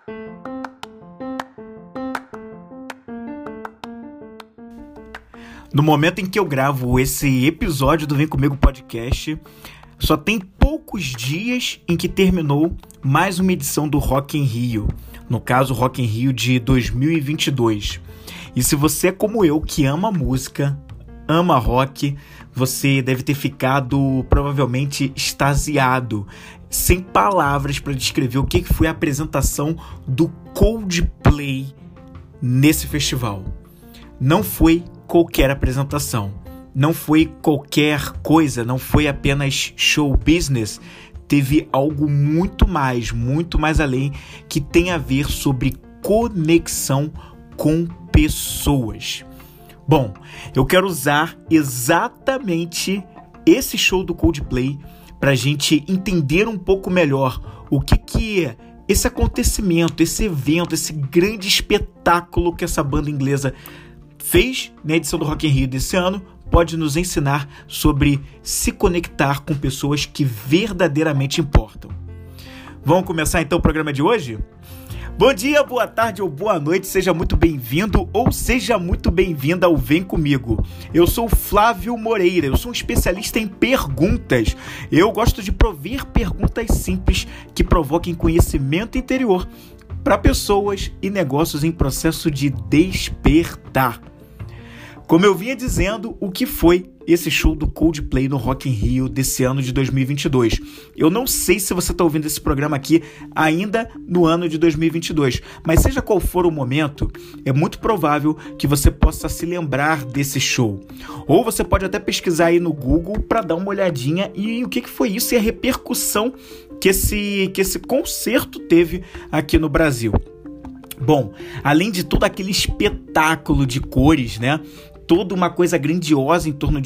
No momento em que eu gravo esse episódio do Vem Comigo Podcast, só tem poucos dias em que terminou mais uma edição do Rock in Rio. No caso, o Rock in Rio de 2022. E se você é como eu, que ama música, ama rock, você deve ter ficado provavelmente extasiado, sem palavras para descrever o que foi a apresentação do Coldplay nesse festival. Não foi qualquer apresentação, não foi qualquer coisa, não foi apenas show business, teve algo muito mais além, que tem a ver sobre conexão com pessoas. Bom, eu quero usar exatamente esse show do Coldplay para a gente entender um pouco melhor o que esse acontecimento, esse evento, esse grande espetáculo que essa banda inglesa fez na edição do Rock in Rio desse ano pode nos ensinar sobre se conectar com pessoas que verdadeiramente importam. Vamos começar então o programa de hoje? Bom dia, boa tarde ou boa noite, seja muito bem-vindo ou seja muito bem-vinda ao Vem Comigo. Eu sou Flávio Moreira, eu sou um especialista em perguntas. Eu gosto de prover perguntas simples que provoquem conhecimento interior para pessoas e negócios em processo de despertar. Como eu vinha dizendo, o que foi esse show do Coldplay no Rock in Rio desse ano de 2022? Eu não sei se você está ouvindo esse programa aqui ainda no ano de 2022, mas seja qual for o momento, é muito provável que você possa se lembrar desse show. Ou você pode até pesquisar aí no Google para dar uma olhadinha e o que foi isso e a repercussão que esse concerto teve aqui no Brasil. Bom, além de todo aquele espetáculo de cores, né? Toda uma coisa grandiosa em torno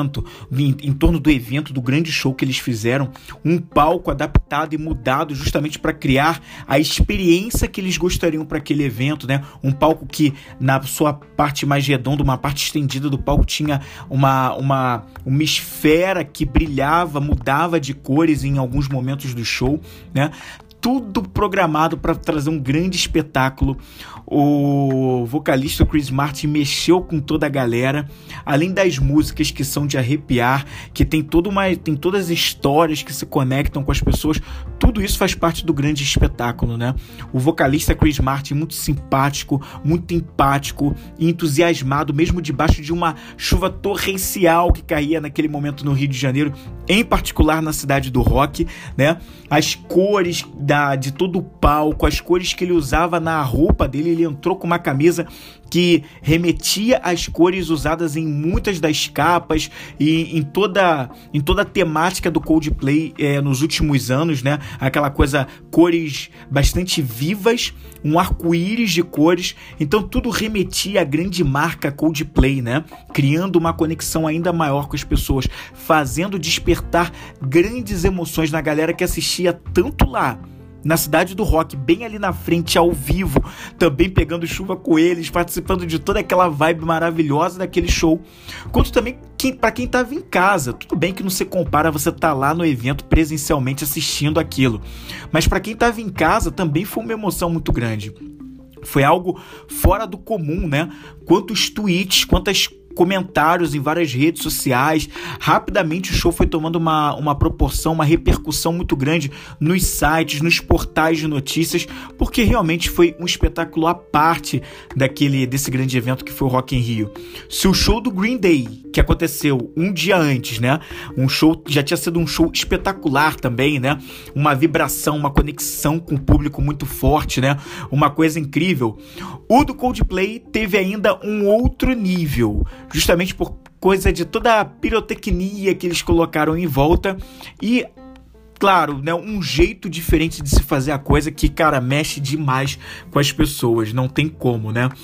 do evento, do grande show que eles fizeram, um palco adaptado e mudado justamente para criar a experiência que eles gostariam para aquele evento, né? Um palco que na sua parte mais redonda, uma parte estendida do palco tinha uma esfera que brilhava, mudava de cores em alguns momentos do show, né? Tudo programado para trazer um grande espetáculo. O vocalista Chris Martin mexeu com toda a galera, além das músicas que são de arrepiar, que tem todas as histórias que se conectam com as pessoas. Tudo isso faz parte do grande espetáculo, né? O vocalista Chris Martin, muito simpático, muito empático e entusiasmado, mesmo debaixo de uma chuva torrencial que caía naquele momento no Rio de Janeiro, em particular na cidade do rock, né? As cores de todo o palco, as cores que ele usava na roupa dele, ele entrou com uma camisa que remetia às cores usadas em muitas das capas e em toda a temática do Coldplay nos últimos anos, né? Aquela coisa, cores bastante vivas, um arco-íris de cores, então tudo remetia à grande marca Coldplay, né? Criando uma conexão ainda maior com as pessoas, fazendo despertar grandes emoções na galera que assistia tanto lá na cidade do rock, bem ali na frente, ao vivo, também pegando chuva com eles, participando de toda aquela vibe maravilhosa daquele show, quanto também para quem estava em casa. Tudo bem que não se compara você estar lá no evento presencialmente assistindo aquilo, mas para quem estava em casa também foi uma emoção muito grande. Foi algo fora do comum, né? Quantos tweets, quantas comentários em várias redes sociais. Rapidamente o show foi tomando uma proporção, uma repercussão muito grande nos sites, nos portais de notícias, porque realmente foi um espetáculo à parte desse grande evento que foi o Rock in Rio. Se o show do Green Day, que aconteceu um dia antes, né? Um show, já tinha sido um show espetacular também, né? Uma vibração, uma conexão com o público muito forte, né? Uma coisa incrível. O do Coldplay teve ainda um outro nível, justamente por coisa de toda a pirotecnia que eles colocaram em volta e, claro, né, um jeito diferente de se fazer a coisa que, cara, mexe demais com as pessoas, não tem como, né?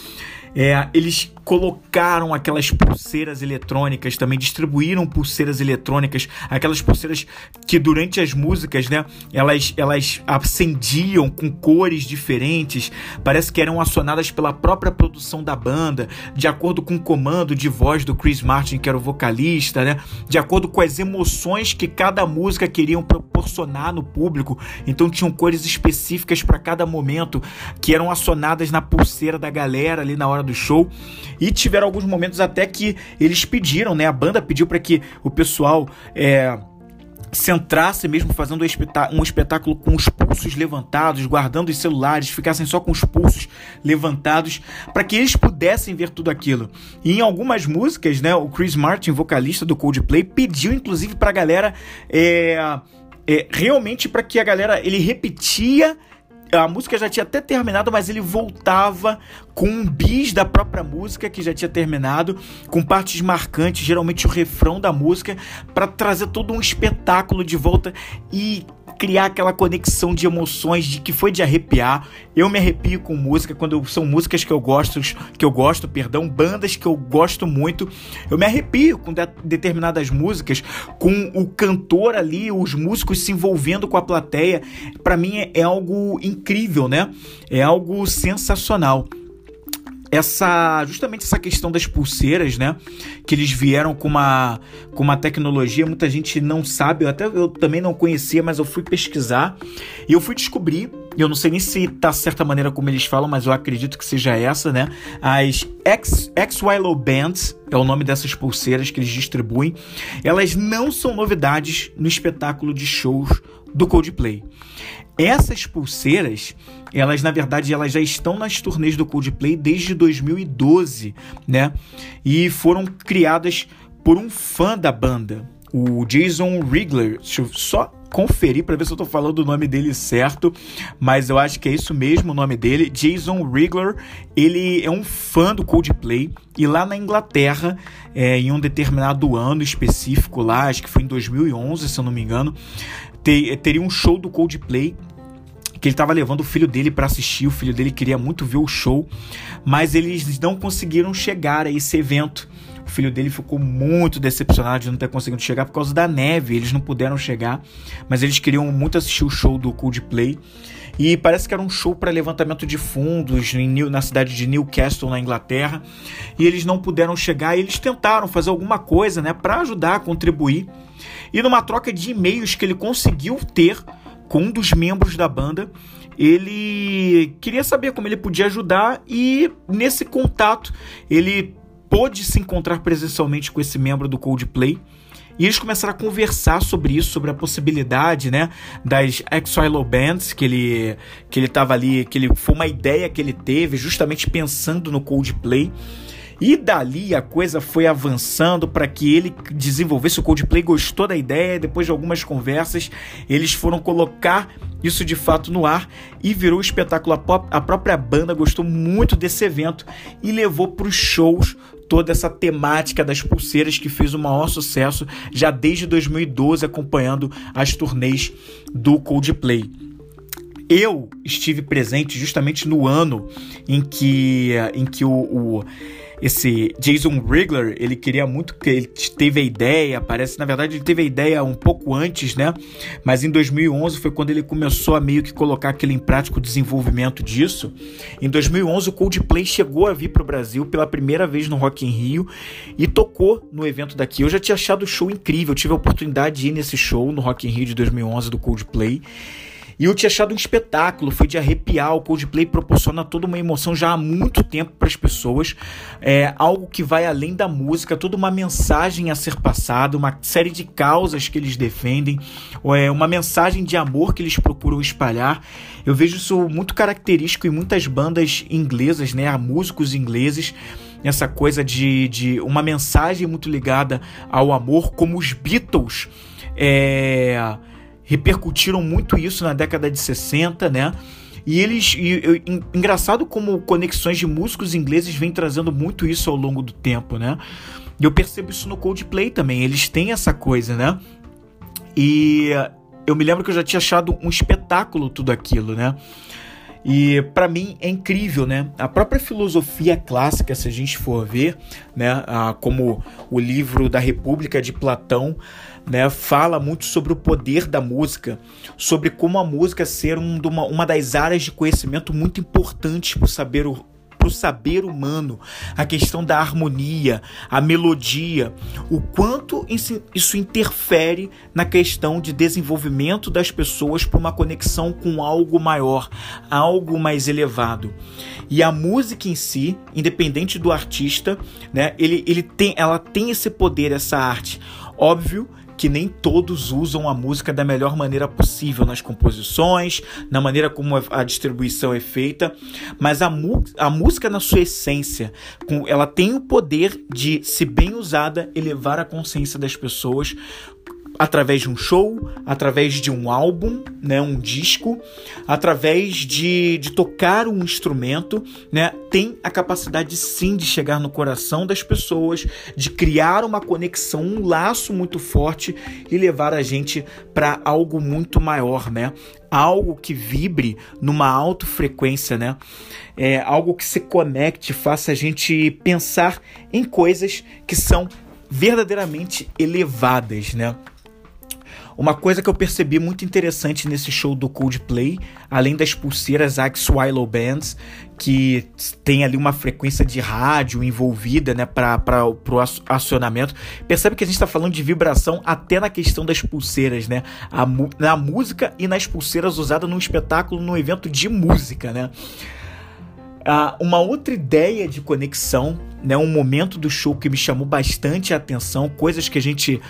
Eles colocaram aquelas pulseiras eletrônicas, também distribuíram pulseiras eletrônicas, aquelas pulseiras que durante as músicas, né, elas acendiam com cores diferentes, parece que eram acionadas pela própria produção da banda, de acordo com o comando de voz do Chris Martin, que era o vocalista, né, de acordo com as emoções que cada música queriam proporcionar no público. Então tinham cores específicas para cada momento que eram acionadas na pulseira da galera ali na hora do show. E tiveram alguns momentos até que eles pediram, né, a banda pediu para que o pessoal se entrasse mesmo fazendo um espetáculo com os pulsos levantados, guardando os celulares, ficassem só com os pulsos levantados, para que eles pudessem ver tudo aquilo. E em algumas músicas, né, o Chris Martin, vocalista do Coldplay, pediu inclusive para a galera, realmente para que a galera, ele repetia. A música já tinha até terminado, mas ele voltava com um bis da própria música que já tinha terminado, com partes marcantes, geralmente o refrão da música, para trazer todo um espetáculo de volta e criar aquela conexão de emoções de que foi de arrepiar. Eu me arrepio com música quando são músicas que eu gosto, bandas que eu gosto muito. Eu me arrepio com determinadas músicas, com o cantor ali, os músicos se envolvendo com a plateia. Para mim é algo incrível, né? É algo sensacional. Justamente essa questão das pulseiras, né, que eles vieram com uma tecnologia, muita gente não sabe, eu também não conhecia, mas eu fui pesquisar e eu fui descobrir, eu não sei nem se tá certa maneira como eles falam, mas eu acredito que seja essa, né, as XYLO Bands é o nome dessas pulseiras que eles distribuem. Elas não são novidades no espetáculo de shows do Coldplay. Essas pulseiras, elas na verdade elas já estão nas turnês do Coldplay desde 2012, né? E foram criadas por um fã da banda, o Jason Rigler. Deixa eu só conferir para ver se eu tô falando o nome dele certo, mas eu acho que é isso mesmo o nome dele. Jason Rigler, ele é um fã do Coldplay, e lá na Inglaterra, em um determinado ano específico lá, acho que foi em 2011, se eu não me engano, teria um show do Coldplay que ele estava levando o filho dele para assistir. O filho dele queria muito ver o show, mas eles não conseguiram chegar a esse evento. O filho dele ficou muito decepcionado de não ter conseguido chegar por causa da neve. Eles não puderam chegar, mas eles queriam muito assistir o show do Coldplay. E parece que era um show para levantamento de fundos na cidade de Newcastle, na Inglaterra. E eles não puderam chegar, e eles tentaram fazer alguma coisa, né, para ajudar a contribuir. E numa troca de e-mails que ele conseguiu ter com um dos membros da banda, ele queria saber como ele podia ajudar, e nesse contato ele pôde se encontrar presencialmente com esse membro do Coldplay. E eles começaram a conversar sobre isso, sobre a possibilidade, né, das XYLO Bands, que ele estava ali, foi uma ideia que ele teve justamente pensando no Coldplay. E dali a coisa foi avançando para que ele desenvolvesse. O Coldplay gostou da ideia, depois de algumas conversas, eles foram colocar isso de fato no ar e virou um espetáculo. A própria banda gostou muito desse evento e levou para os shows toda essa temática das pulseiras, que fez o maior sucesso já desde 2012, acompanhando as turnês do Coldplay. Eu estive presente justamente no ano em que esse Jason Rigler, ele queria muito, que ele teve a ideia, na verdade ele teve a ideia um pouco antes, né? Mas em 2011 foi quando ele começou a meio que colocar aquele em prática, o desenvolvimento disso. Em 2011 o Coldplay chegou a vir para o Brasil pela primeira vez no Rock in Rio e tocou no evento daqui. Eu já tinha achado o show incrível, eu tive a oportunidade de ir nesse show no Rock in Rio de 2011 do Coldplay. E eu tinha achado um espetáculo, foi de arrepiar. O Coldplay proporciona toda uma emoção já há muito tempo para as pessoas. Algo que vai além da música, toda uma mensagem a ser passada, uma série de causas que eles defendem, uma mensagem de amor que eles procuram espalhar. Eu vejo isso muito característico em muitas bandas inglesas, né, músicos ingleses, essa coisa de uma mensagem muito ligada ao amor, como os Beatles repercutiram muito isso na década de 60, né? E engraçado como conexões de músicos ingleses vêm trazendo muito isso ao longo do tempo, né? E eu percebo isso no Coldplay também, eles têm essa coisa, né? E eu me lembro que eu já tinha achado um espetáculo tudo aquilo, né? E para mim é incrível, né? A própria filosofia clássica, se a gente for ver, né, como o livro da República de Platão, né, fala muito sobre o poder da música, sobre como a música ser uma das áreas de conhecimento muito importantes para o saber humano, a questão da harmonia, a melodia, o quanto isso interfere na questão de desenvolvimento das pessoas para uma conexão com algo maior, algo mais elevado. E a música em si, independente do artista, né, ela tem esse poder, essa arte. Óbvio que nem todos usam a música da melhor maneira possível nas composições, na maneira como a distribuição é feita, mas a música na sua essência, ela tem o poder de, se bem usada, elevar a consciência das pessoas através de um show, através de um álbum, né, um disco, através de tocar um instrumento, né, tem a capacidade sim de chegar no coração das pessoas, de criar uma conexão, um laço muito forte e levar a gente para algo muito maior, né? Algo que vibre numa alta frequência, né? Algo que se conecte, faça a gente pensar em coisas que são verdadeiramente elevadas, né? Uma coisa que eu percebi muito interessante nesse show do Coldplay, além das pulseiras Axe Willow Bands, que tem ali uma frequência de rádio envolvida, né, para o acionamento, percebe que a gente está falando de vibração até na questão das pulseiras, né? Na música e nas pulseiras usadas num espetáculo, num evento de música, né? Uma outra ideia de conexão, né, um momento do show que me chamou bastante a atenção, coisas que a gente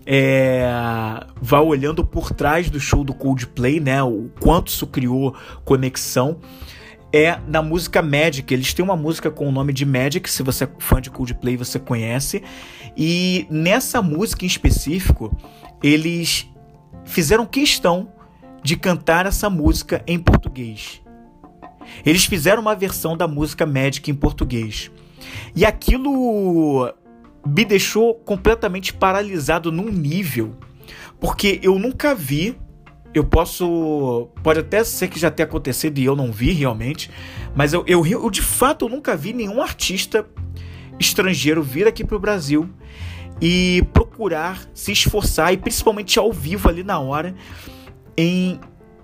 vai olhando por trás do show do Coldplay, né, o quanto isso criou conexão, na música Magic. Eles têm uma música com o nome de Magic, se você é fã de Coldplay você conhece, e nessa música em específico, eles fizeram questão de cantar essa música em português. Eles fizeram uma versão da música Magic em português. E aquilo me deixou completamente paralisado num nível, porque eu nunca vi, pode até ser que já tenha acontecido e eu não vi realmente, mas eu de fato eu nunca vi nenhum artista estrangeiro vir aqui pro Brasil e procurar se esforçar, e principalmente ao vivo ali na hora, em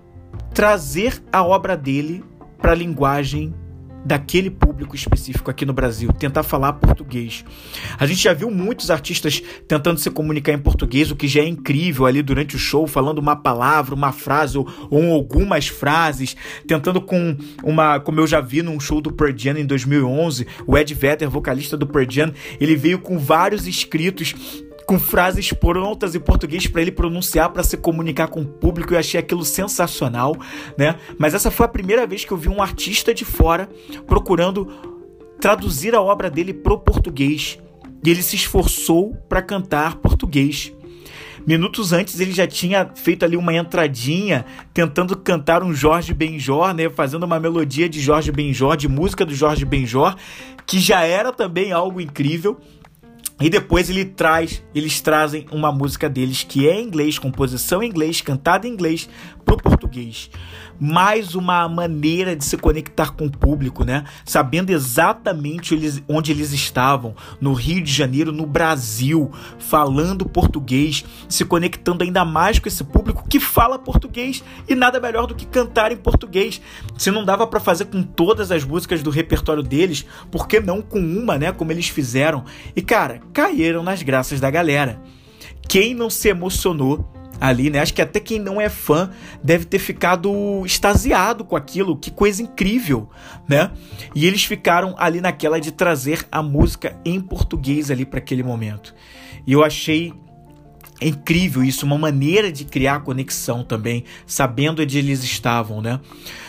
trazer a obra dele para a linguagem daquele público específico aqui no Brasil, tentar falar português. A gente já viu muitos artistas tentando se comunicar em português, o que já é incrível ali durante o show, falando uma palavra, uma frase ou algumas frases, tentando como eu já vi num show do Pearl Jam em 2011, o Ed Vedder, vocalista do Pearl Jam, ele veio com vários escritos com frases prontas em português para ele pronunciar, para se comunicar com o público. Eu achei aquilo sensacional, né? Mas essa foi a primeira vez que eu vi um artista de fora procurando traduzir a obra dele pro português. E ele se esforçou para cantar português. Minutos antes ele já tinha feito ali uma entradinha, tentando cantar um Jorge Benjor, né? Fazendo uma melodia de Jorge Benjor, de música do Jorge Benjor, que já era também algo incrível. E depois eles trazem uma música deles que é em inglês, composição em inglês, cantada em inglês, pro português. Mais uma maneira de se conectar com o público, né? Sabendo exatamente onde eles estavam, no Rio de Janeiro, no Brasil, falando português, se conectando ainda mais com esse público que fala português, e nada melhor do que cantar em português. Se não dava para fazer com todas as músicas do repertório deles, por que não com uma, né? Como eles fizeram. E, cara, caíram nas graças da galera. Quem não se emocionou ali, né? Acho que até quem não é fã deve ter ficado extasiado com aquilo. Que coisa incrível, né? E eles ficaram ali naquela de trazer a música em português ali para aquele momento. E eu achei incrível isso, uma maneira de criar conexão também, sabendo onde eles estavam, né?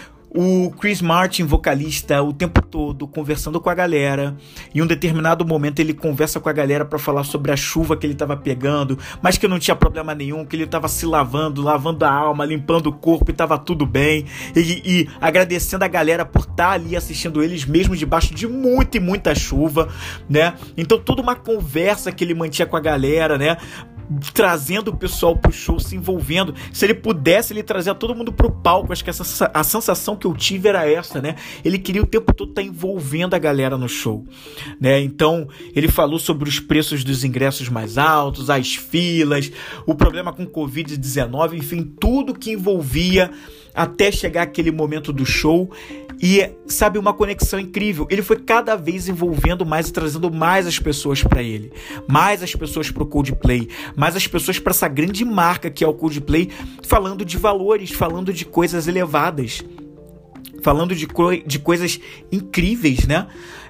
O Chris Martin, vocalista, o tempo todo conversando com a galera. Em um determinado momento ele conversa com a galera para falar sobre a chuva que ele estava pegando, mas que não tinha problema nenhum, que ele estava se lavando a alma, limpando o corpo e estava tudo bem. E agradecendo a galera por estar ali assistindo eles mesmo debaixo de muita e muita chuva, né? Então toda uma conversa que ele mantinha com a galera, né? trazendo o pessoal pro show, se envolvendo. Se ele pudesse, ele trazia todo mundo pro palco. Acho que a sensação que eu tive era essa, né? Ele queria o tempo todo estar envolvendo a galera no show, né? Então, ele falou sobre os preços dos ingressos mais altos, as filas, o problema com Covid-19, enfim, tudo que envolvia até chegar aquele momento do show. E, sabe, uma conexão incrível. Ele foi cada vez envolvendo mais e trazendo mais as pessoas para ele. Mais as pessoas para o Coldplay. Mais as pessoas para essa grande marca que é o Coldplay. Falando de valores, falando de coisas elevadas. Falando de coisas incríveis, né?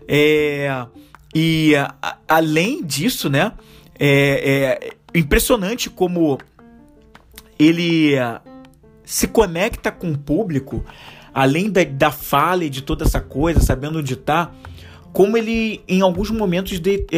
Além disso, né? Impressionante como ele se conecta com o público, além da fala e de toda essa coisa, sabendo onde tá, como ele, em alguns momentos,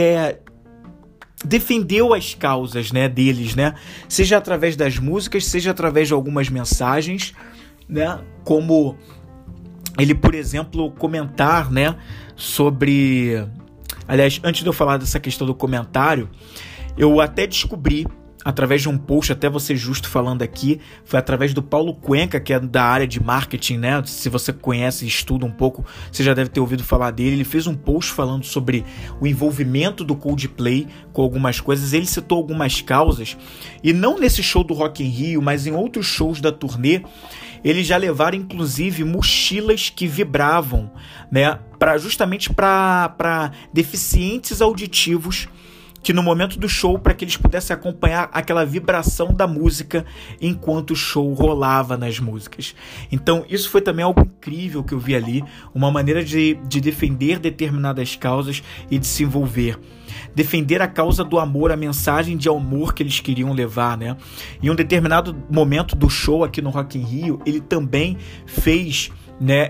defendeu as causas, né, deles, né? Seja através das músicas, seja através de algumas mensagens, né? Como ele, por exemplo, comentar, né, sobre... Aliás, antes de eu falar dessa questão do comentário, eu até descobri, através de um post, até vou ser justo falando aqui, foi através do Paulo Cuenca, que é da área de marketing, né? Se você conhece e estuda um pouco, você já deve ter ouvido falar dele. Ele fez um post falando sobre o envolvimento do Coldplay com algumas coisas. Ele citou algumas causas, e não nesse show do Rock in Rio, mas em outros shows da turnê, eles já levaram, inclusive, mochilas que vibravam, né? Justamente para deficientes auditivos, que no momento do show, para que eles pudessem acompanhar aquela vibração da música enquanto o show rolava nas músicas. Então isso foi também algo incrível que eu vi ali, uma maneira de defender determinadas causas e de se envolver. Defender a causa do amor, a mensagem de amor que eles queriam levar, né? Em um determinado momento do show aqui no Rock in Rio, ele também fez, né,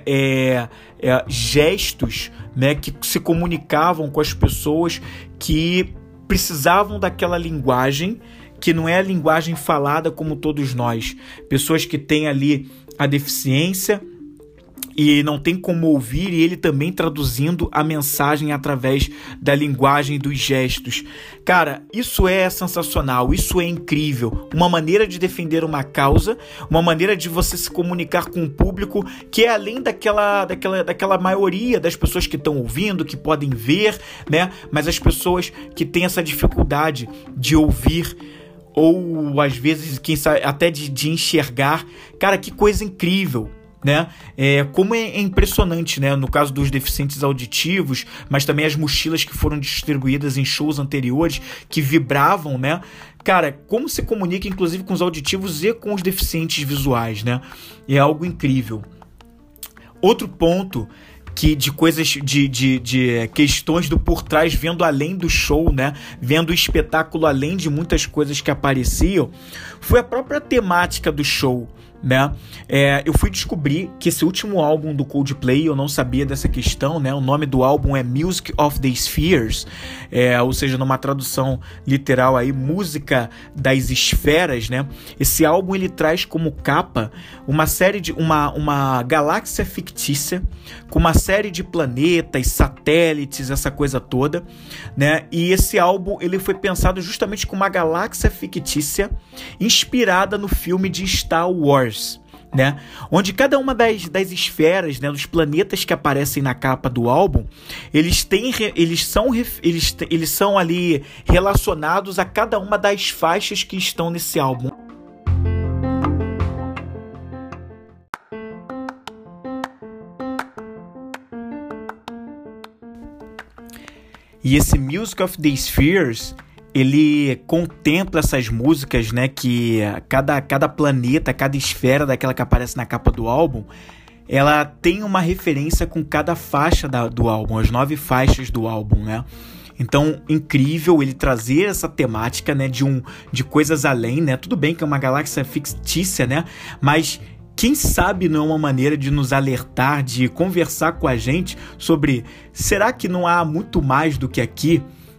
gestos, né, que se comunicavam com as pessoas que precisavam daquela linguagem que não é a linguagem falada como todos nós. Pessoas que têm ali a deficiência e não tem como ouvir, e ele também traduzindo a mensagem através da linguagem dos gestos. Cara, isso é sensacional, isso é incrível. Uma maneira de defender uma causa, uma maneira de você se comunicar com o público que é além daquela maioria das pessoas que estão ouvindo, que podem ver, né? Mas as pessoas que têm essa dificuldade de ouvir, ou às vezes, quem sabe, até de enxergar. Cara, que coisa incrível, né? Como é impressionante, né? No caso dos deficientes auditivos, mas também as mochilas que foram distribuídas em shows anteriores, que vibravam, né? Cara, como se comunica inclusive com os auditivos e com os deficientes visuais, né? É algo incrível. Outro ponto de coisas, de questões do por trás, vendo além do show, né? Vendo o espetáculo além de muitas coisas que apareciam, foi a própria temática do show, né? Eu fui descobrir que esse último álbum do Coldplay, eu não sabia dessa questão, né? O nome do álbum é Music of the Spheres, ou seja, numa tradução literal aí, música das esferas, né? Esse álbum ele traz como capa uma série de uma galáxia fictícia com uma série de planetas, satélites, essa coisa toda, né? E esse álbum ele foi pensado justamente com uma galáxia fictícia inspirada no filme de Star Wars, né? Onde cada uma das esferas, né, dos planetas que aparecem na capa do álbum, eles são ali relacionados a cada uma das faixas que estão nesse álbum. E esse Music of the Spheres, ele contempla essas músicas, né, que cada planeta, cada esfera daquela que aparece na capa do álbum, ela tem uma referência com cada faixa do álbum, as 9 faixas do álbum, né? Então, incrível ele trazer essa temática, né, de coisas além, né? Tudo bem que é uma galáxia fictícia, né? Mas quem sabe não é uma maneira de nos alertar, de conversar com a gente sobre, será que não há muito mais do que aqui?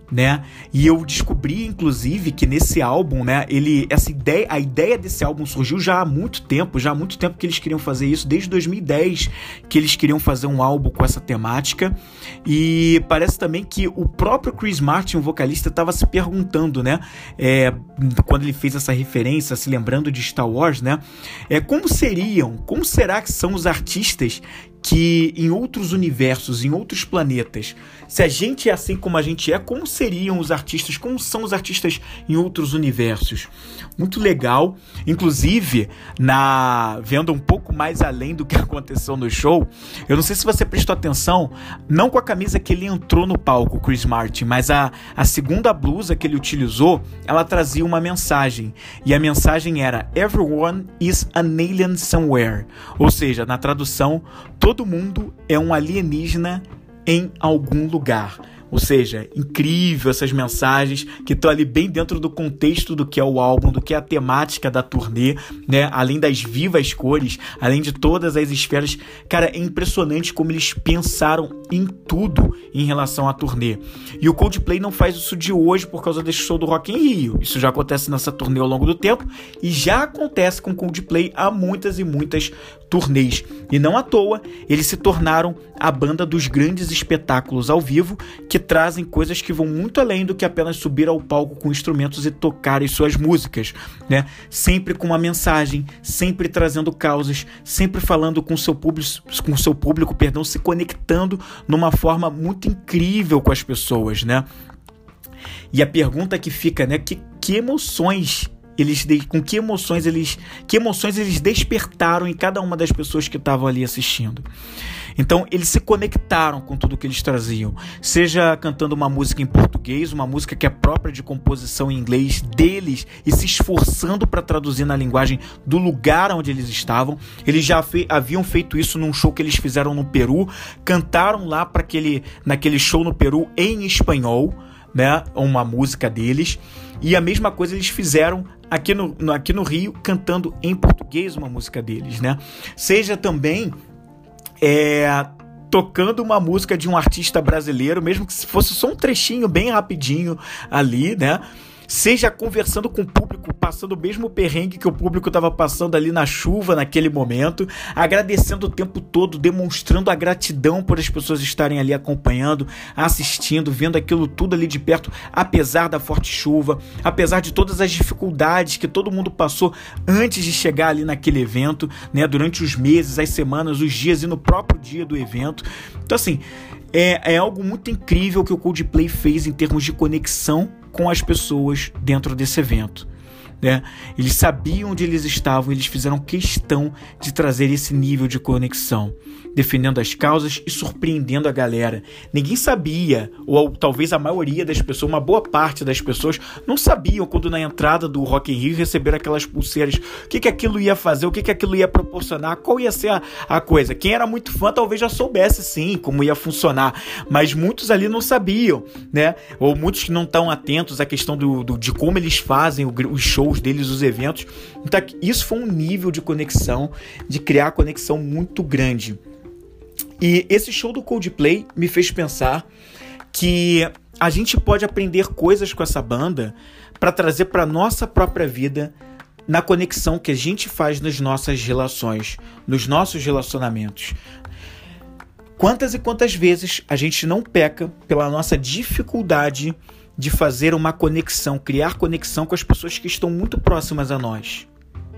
né? E eu descobri, inclusive, que nesse álbum, né, a ideia desse álbum surgiu já há muito tempo que eles queriam fazer isso, desde 2010 que eles queriam fazer um álbum com essa temática. E parece também que o próprio Chris Martin, o vocalista, estava se perguntando, né, quando ele fez essa referência, se lembrando de Star Wars, né, como será que são os artistas que em outros universos, em outros planetas, se a gente é assim como a gente é, como seriam os artistas, como são os artistas em outros universos? Muito legal. Inclusive, vendo um pouco mais além do que aconteceu no show, eu não sei se você prestou atenção, não com a camisa que ele entrou no palco, Chris Martin, mas a segunda blusa que ele utilizou, ela trazia uma mensagem, e a mensagem era "Everyone is an alien somewhere", ou seja, na tradução, todo mundo é um alienígena em algum lugar. Ou seja, incrível essas mensagens que estão ali bem dentro do contexto do que é o álbum, do que é a temática da turnê, né? Além das vivas cores, além de todas as esferas. Cara, é impressionante como eles pensaram em tudo em relação à turnê. E o Coldplay não faz isso de hoje por causa desse show do Rock in Rio. Isso já acontece nessa turnê ao longo do tempo e já acontece com o Coldplay há muitas e muitas turnês. E não à toa, eles se tornaram a banda dos grandes espetáculos ao vivo, que trazem coisas que vão muito além do que apenas subir ao palco com instrumentos e tocar as suas músicas, né? Sempre com uma mensagem, sempre trazendo causas, sempre falando com seu público, se conectando numa forma muito incrível com as pessoas, né? E a pergunta que fica, né? Que emoções eles despertaram em cada uma das pessoas que estavam ali assistindo. Então eles se conectaram com tudo que eles traziam, seja cantando uma música em português, uma música que é própria de composição em inglês deles, e se esforçando para traduzir na linguagem do lugar onde eles estavam. Eles já haviam feito isso num show que eles fizeram no Peru, cantaram lá naquele show no Peru em espanhol, né, uma música deles, e a mesma coisa eles fizeram aqui no Rio, cantando em português uma música deles, né? Seja também tocando uma música de um artista brasileiro, mesmo que fosse só um trechinho bem rapidinho ali, né? Seja conversando com o público, passando o mesmo perrengue que o público estava passando ali na chuva naquele momento, agradecendo o tempo todo, demonstrando a gratidão por as pessoas estarem ali acompanhando, assistindo, vendo aquilo tudo ali de perto, apesar da forte chuva, apesar de todas as dificuldades que todo mundo passou antes de chegar ali naquele evento, né? Durante os meses, as semanas, os dias e no próprio dia do evento. Então, assim, é algo muito incrível que o Coldplay fez em termos de conexão com as pessoas dentro desse evento, né? Eles sabiam onde eles estavam, eles fizeram questão de trazer esse nível de conexão, defendendo as causas e surpreendendo a galera. Ninguém sabia, ou talvez a maioria das pessoas, uma boa parte das pessoas, não sabiam quando na entrada do Rock in Rio receberam aquelas pulseiras, o que aquilo ia fazer, o que aquilo ia proporcionar, qual ia ser a coisa. Quem era muito fã talvez já soubesse sim como ia funcionar, mas muitos ali não sabiam, né? Ou muitos que não estão atentos à questão de como eles fazem os shows deles, os eventos. Então isso foi um nível de conexão, de criar conexão muito grande. E esse show do Coldplay me fez pensar que a gente pode aprender coisas com essa banda para trazer para a nossa própria vida, na conexão que a gente faz nas nossas relações, nos nossos relacionamentos. Quantas e quantas vezes a gente não peca pela nossa dificuldade de fazer uma conexão, criar conexão com as pessoas que estão muito próximas a nós.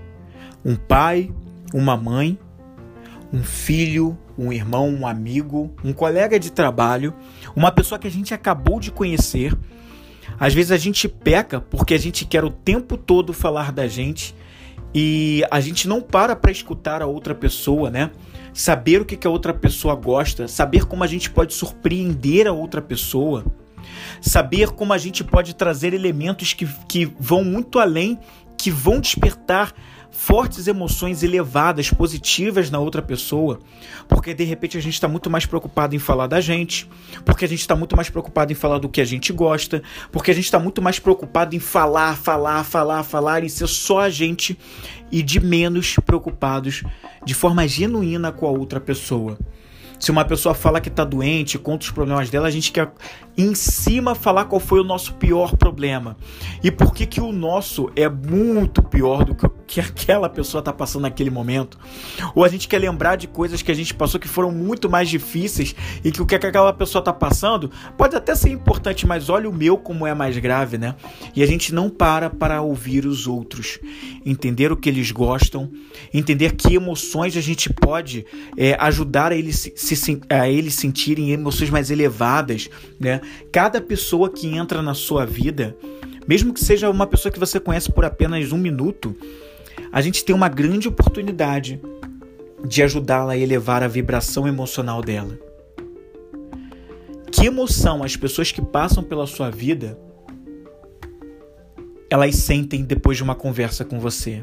Um pai, uma mãe, um filho, um irmão, um amigo, um colega de trabalho, uma pessoa que a gente acabou de conhecer. Às vezes a gente peca porque a gente quer o tempo todo falar da gente e a gente não para escutar a outra pessoa, né? Saber o que a outra pessoa gosta, saber como a gente pode surpreender a outra pessoa, saber como a gente pode trazer elementos que vão muito além, que vão despertar fortes emoções elevadas, positivas na outra pessoa, porque de repente a gente está muito mais preocupado em falar da gente, porque a gente está muito mais preocupado em falar do que a gente gosta, porque a gente está muito mais preocupado em falar e ser só a gente, e de menos preocupados de forma genuína com a outra pessoa. Se uma pessoa fala que está doente, conta os problemas dela, a gente quer em cima falar qual foi o nosso pior problema. E por que o nosso é muito pior do que aquela pessoa está passando naquele momento. Ou a gente quer lembrar de coisas que a gente passou que foram muito mais difíceis e que o que aquela pessoa está passando pode até ser importante, mas olha o meu como é mais grave, né? E a gente não para ouvir os outros, entender o que eles gostam, entender que emoções a gente pode ajudar a eles sentirem emoções mais elevadas, né? Cada pessoa que entra na sua vida, mesmo que seja uma pessoa que você conhece por apenas 1 minuto, a gente tem uma grande oportunidade de ajudá-la a elevar a vibração emocional dela. Que emoção as pessoas que passam pela sua vida elas sentem depois de uma conversa com você?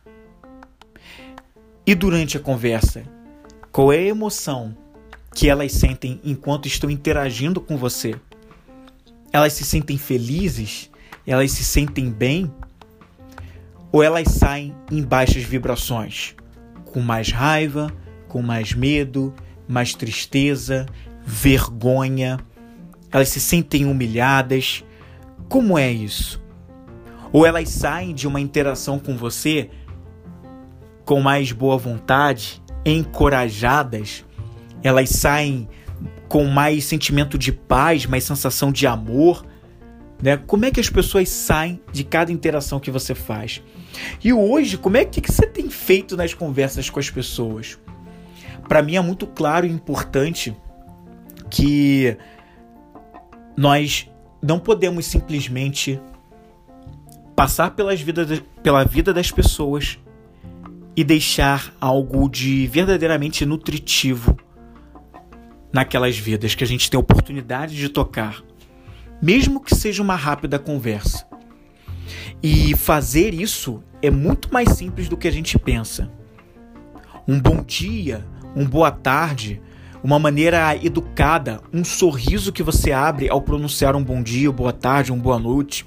E durante a conversa, qual é a emoção que elas sentem enquanto estão interagindo com você? Elas se sentem felizes? Elas se sentem bem? Ou elas saem em baixas vibrações? Com mais raiva, com mais medo, mais tristeza, vergonha? Elas se sentem humilhadas? Como é isso? Ou elas saem de uma interação com você com mais boa vontade, encorajadas? Elas saem com mais sentimento de paz, mais sensação de amor, né? Como é que as pessoas saem de cada interação que você faz? E hoje, como é que você tem feito nas conversas com as pessoas? Para mim é muito claro e importante que nós não podemos simplesmente passar pela vida das pessoas e deixar algo de verdadeiramente nutritivo naquelas vidas que a gente tem a oportunidade de tocar, mesmo que seja uma rápida conversa. E fazer isso é muito mais simples do que a gente pensa. Um bom dia, uma boa tarde, uma maneira educada, um sorriso que você abre ao pronunciar um bom dia, boa tarde, boa noite,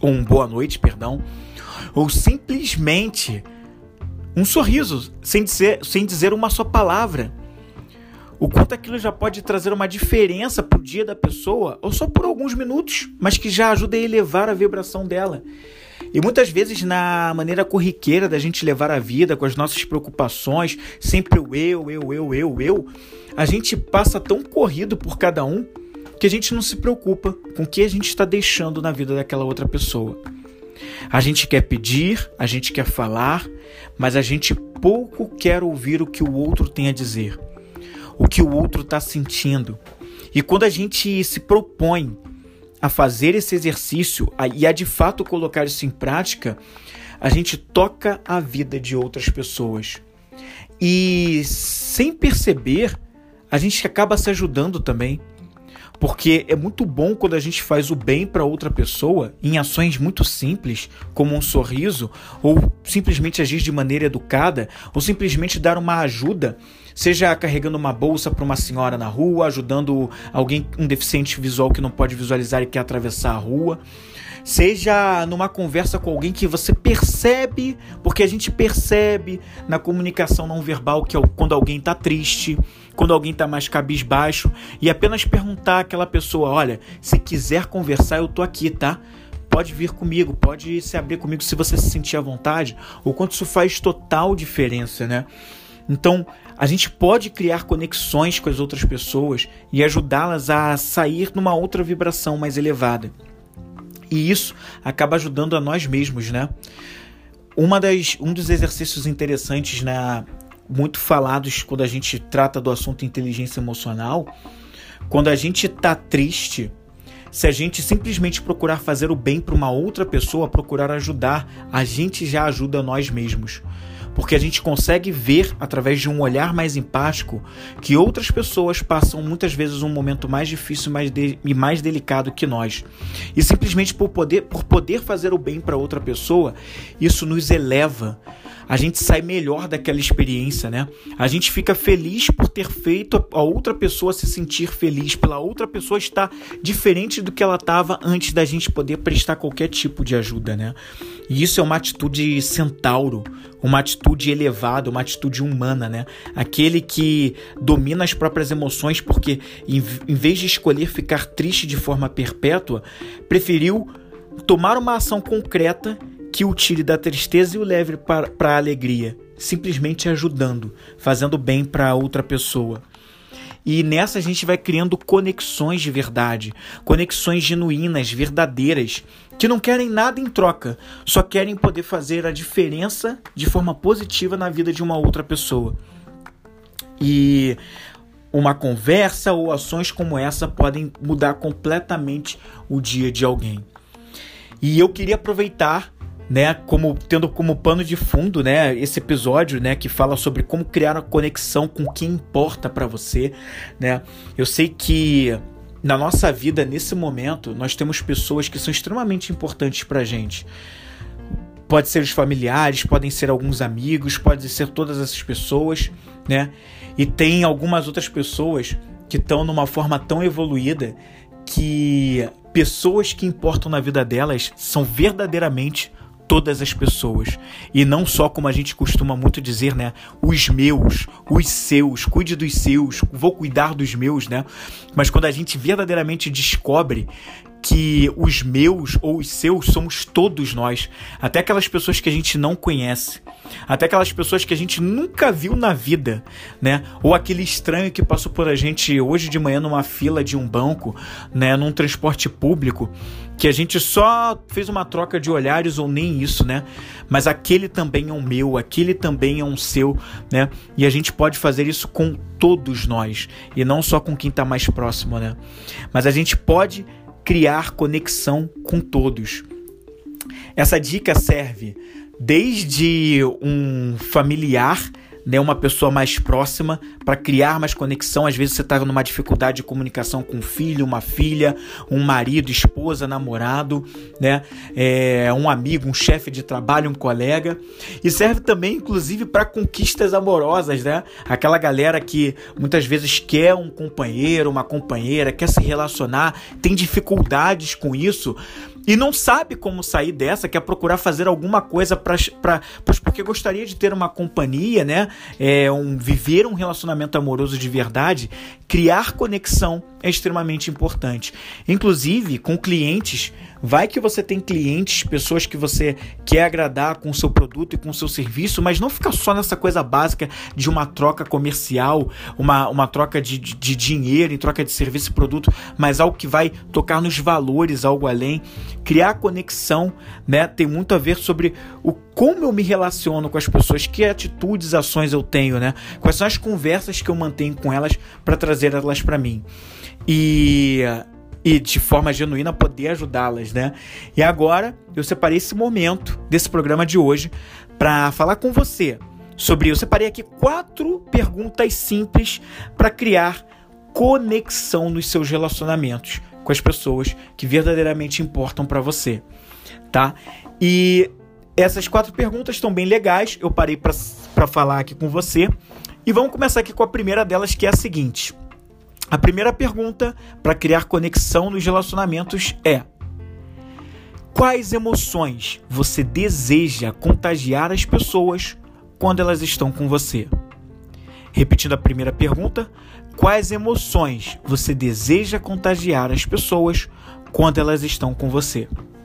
ou simplesmente um sorriso, sem dizer uma só palavra. O quanto aquilo já pode trazer uma diferença para o dia da pessoa, ou só por alguns minutos, mas que já ajuda a elevar a vibração dela. E muitas vezes na maneira corriqueira da gente levar a vida, com as nossas preocupações, sempre o eu, a gente passa tão corrido por cada um que a gente não se preocupa com o que a gente está deixando na vida daquela outra pessoa. A gente quer pedir, a gente quer falar, mas a gente pouco quer ouvir o que o outro tem a dizer, o que o outro está sentindo. E quando a gente se propõe a fazer esse exercício e a de fato colocar isso em prática, a gente toca a vida de outras pessoas. E sem perceber, a gente acaba se ajudando também. Porque é muito bom quando a gente faz o bem para outra pessoa em ações muito simples, como um sorriso, ou simplesmente agir de maneira educada, ou simplesmente dar uma ajuda, seja carregando uma bolsa para uma senhora na rua, ajudando alguém, um deficiente visual que não pode visualizar e quer atravessar a rua, seja numa conversa com alguém que você percebe, porque a gente percebe na comunicação não verbal que quando alguém está triste, quando alguém está mais cabisbaixo, e apenas perguntar àquela pessoa, olha, se quiser conversar eu tô aqui, tá? Pode vir comigo, pode se abrir comigo se você se sentir à vontade, o quanto isso faz total diferença, né? Então, a gente pode criar conexões com as outras pessoas e ajudá-las a sair numa outra vibração mais elevada. E isso acaba ajudando a nós mesmos, né? Um dos exercícios interessantes, né, muito falados quando a gente trata do assunto inteligência emocional, quando a gente está triste, se a gente simplesmente procurar fazer o bem para uma outra pessoa, procurar ajudar, a gente já ajuda nós mesmos. Porque a gente consegue ver, através de um olhar mais empático, que outras pessoas passam muitas vezes um momento mais difícil e mais delicado que nós. E simplesmente por poder fazer o bem para outra pessoa, isso nos eleva. A gente sai melhor daquela experiência, né? A gente fica feliz por ter feito a outra pessoa se sentir feliz, pela outra pessoa estar diferente do que ela estava antes da gente poder prestar qualquer tipo de ajuda, né? E isso é uma atitude centauro, uma atitude atitude elevada, uma atitude humana, né? Aquele que domina as próprias emoções porque, em vez de escolher ficar triste de forma perpétua, preferiu tomar uma ação concreta que o tire da tristeza e o leve para a alegria, simplesmente ajudando, fazendo bem para outra pessoa. E nessa a gente vai criando conexões de verdade, conexões genuínas, verdadeiras, que não querem nada em troca, só querem poder fazer a diferença de forma positiva na vida de uma outra pessoa. E uma conversa ou ações como essa podem mudar completamente o dia de alguém. E eu queria aproveitar, né, tendo como pano de fundo, né, esse episódio, né, que fala sobre como criar uma conexão com quem importa para você, né? Eu sei que na nossa vida, nesse momento, nós temos pessoas que são extremamente importantes pra gente. Pode ser os familiares, podem ser alguns amigos, pode ser todas essas pessoas, né? E tem algumas outras pessoas que estão numa forma tão evoluída que pessoas que importam na vida delas são verdadeiramente todas as pessoas, e não só como a gente costuma muito dizer, né, os meus, os seus, cuide dos seus, vou cuidar dos meus, né, mas quando a gente verdadeiramente descobre que os meus ou os seus somos todos nós, até aquelas pessoas que a gente não conhece, até aquelas pessoas que a gente nunca viu na vida, né? Ou aquele estranho que passou por a gente hoje de manhã numa fila de um banco, né? Num transporte público, que a gente só fez uma troca de olhares ou nem isso, né? Mas aquele também é um meu, aquele também é um seu, né? E a gente pode fazer isso com todos nós, e não só com quem está mais próximo, né? Mas a gente pode criar conexão com todos. Essa dica serve desde um familiar, né, uma pessoa mais próxima, para criar mais conexão. Às vezes você está numa dificuldade de comunicação com um filho, uma filha, um marido, esposa, namorado, né, um amigo, um chefe de trabalho, um colega. E serve também, inclusive, para conquistas amorosas, né? Aquela galera que muitas vezes quer um companheiro, uma companheira, quer se relacionar, tem dificuldades com isso e não sabe como sair dessa, quer procurar fazer alguma coisa porque gostaria de ter uma companhia, né? Viver um relacionamento amoroso de verdade. Criar conexão é extremamente importante. Inclusive com clientes, vai que você tem clientes, pessoas que você quer agradar com o seu produto e com o seu serviço, mas não fica só nessa coisa básica de uma troca comercial, uma troca de dinheiro em troca de serviço e produto, mas algo que vai tocar nos valores, algo além. Criar conexão, né, tem muito a ver sobre como eu me relaciono com as pessoas, que atitudes, ações eu tenho, né? Quais são as conversas que eu mantenho com elas para trazer elas para mim. E de forma genuína poder ajudá-las, né? E agora eu separei esse momento desse programa de hoje para falar com você sobre... Eu separei aqui 4 perguntas simples para criar conexão nos seus relacionamentos com as pessoas que verdadeiramente importam para você, tá? E essas 4 perguntas estão bem legais, eu parei para falar aqui com você. E vamos começar aqui com a primeira delas, que é a seguinte. A primeira pergunta para criar conexão nos relacionamentos é: quais emoções você deseja contagiar as pessoas quando elas estão com você? Repetindo a primeira pergunta: quais emoções você deseja contagiar as pessoas quando elas estão com você?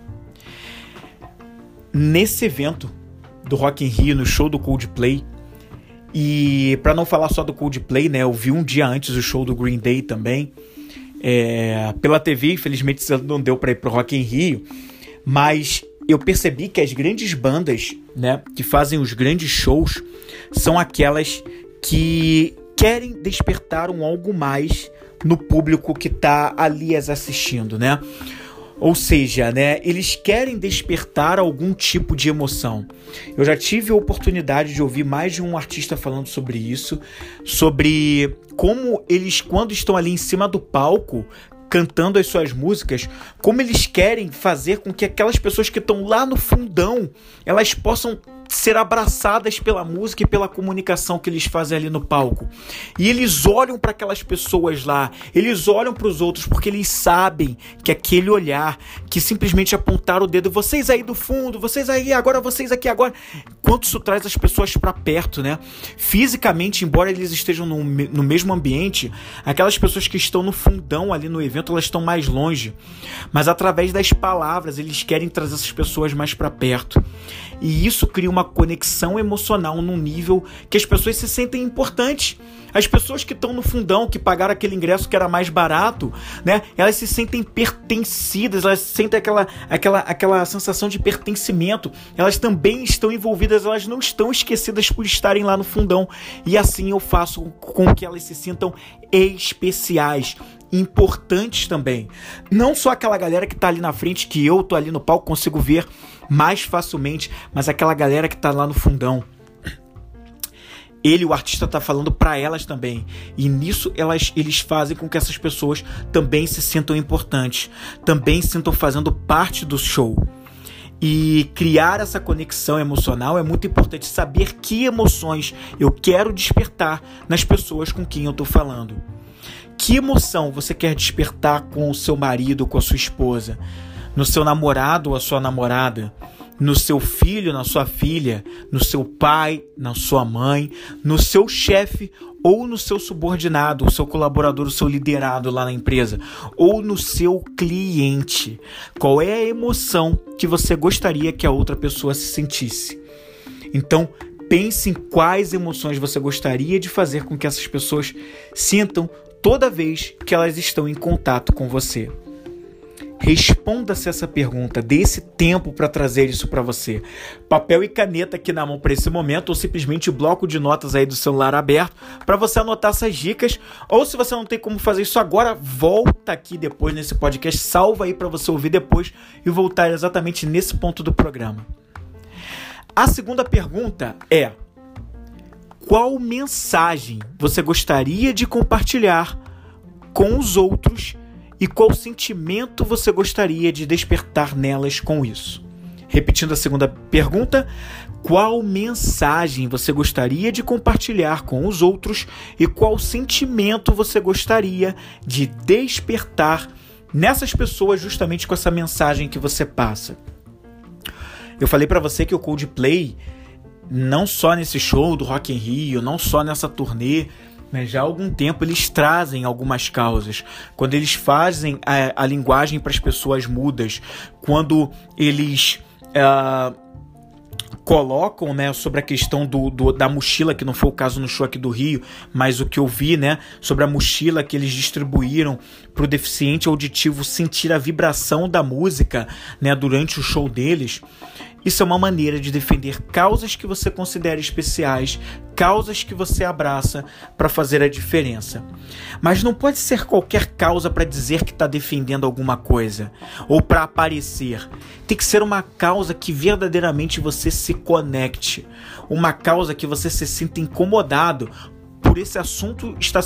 Nesse evento do Rock in Rio, no show do Coldplay, e para não falar só do Coldplay, né, eu vi um dia antes o show do Green Day também, pela TV. Infelizmente não deu para ir pro Rock in Rio, mas eu percebi que as grandes bandas, né, que fazem os grandes shows são aquelas que querem despertar algo mais no público que está ali as assistindo, né? Ou seja, né, eles querem despertar algum tipo de emoção. Eu já tive a oportunidade de ouvir mais de um artista falando sobre isso, sobre como eles, quando estão ali em cima do palco, cantando as suas músicas, como eles querem fazer com que aquelas pessoas que estão lá no fundão, elas possam ser abraçadas pela música e pela comunicação que eles fazem ali no palco. E eles olham para aquelas pessoas lá, eles olham para os outros porque eles sabem que aquele olhar, que simplesmente apontar o dedo, vocês aí do fundo, vocês aí agora, vocês aqui agora, quanto isso traz as pessoas para perto, né? Fisicamente, embora eles estejam no mesmo ambiente, aquelas pessoas que estão no fundão ali no evento, elas estão mais longe. Mas através das palavras, eles querem trazer essas pessoas mais para perto. E isso cria uma conexão emocional num nível que as pessoas se sentem importantes. As pessoas que estão no fundão, que pagaram aquele ingresso que era mais barato, né? Elas se sentem pertencidas, elas sentem aquela sensação de pertencimento. Elas também estão envolvidas, elas não estão esquecidas por estarem lá no fundão. E assim eu faço com que elas se sintam especiais, importantes também. Não só aquela galera que tá ali na frente, que eu tô ali no palco, consigo ver mais facilmente, mas aquela galera que tá lá no fundão. O artista tá falando para elas também. E nisso eles fazem com que essas pessoas também se sintam importantes, também se sintam fazendo parte do show. E criar essa conexão emocional é muito importante, saber que emoções eu quero despertar nas pessoas com quem eu tô falando. Que emoção você quer despertar com o seu marido, com a sua esposa, no seu namorado ou a sua namorada, no seu filho, na sua filha, no seu pai, na sua mãe, no seu chefe ou no seu subordinado, o seu colaborador, o seu liderado lá na empresa, ou no seu cliente? Qual é a emoção que você gostaria que a outra pessoa se sentisse? Então, pense em quais emoções você gostaria de fazer com que essas pessoas sintam toda vez que elas estão em contato com você. Responda-se essa pergunta, dê esse tempo para trazer isso para você. Papel e caneta aqui na mão para esse momento, ou simplesmente o bloco de notas aí do celular aberto para você anotar essas dicas. Ou se você não tem como fazer isso agora, volta aqui depois nesse podcast, salva aí para você ouvir depois e voltar exatamente nesse ponto do programa. A segunda pergunta é: qual mensagem você gostaria de compartilhar com os outros e qual sentimento você gostaria de despertar nelas com isso? Repetindo a segunda pergunta: qual mensagem você gostaria de compartilhar com os outros e qual sentimento você gostaria de despertar nessas pessoas justamente com essa mensagem que você passa? Eu falei para você que o Coldplay, não só nesse show do Rock in Rio, não só nessa turnê, mas já há algum tempo eles trazem algumas causas. Quando eles fazem a linguagem para as pessoas mudas, quando eles colocam, né, sobre a questão da mochila, que não foi o caso no show aqui do Rio, mas o que eu vi, né, sobre a mochila que eles distribuíram para o deficiente auditivo sentir a vibração da música, né, durante o show deles. Isso é uma maneira de defender causas que você considera especiais, causas que você abraça para fazer a diferença. Mas não pode ser qualquer causa para dizer que está defendendo alguma coisa ou para aparecer. Tem que ser uma causa que verdadeiramente você se conecte, uma causa que você se sinta incomodado por esse assunto está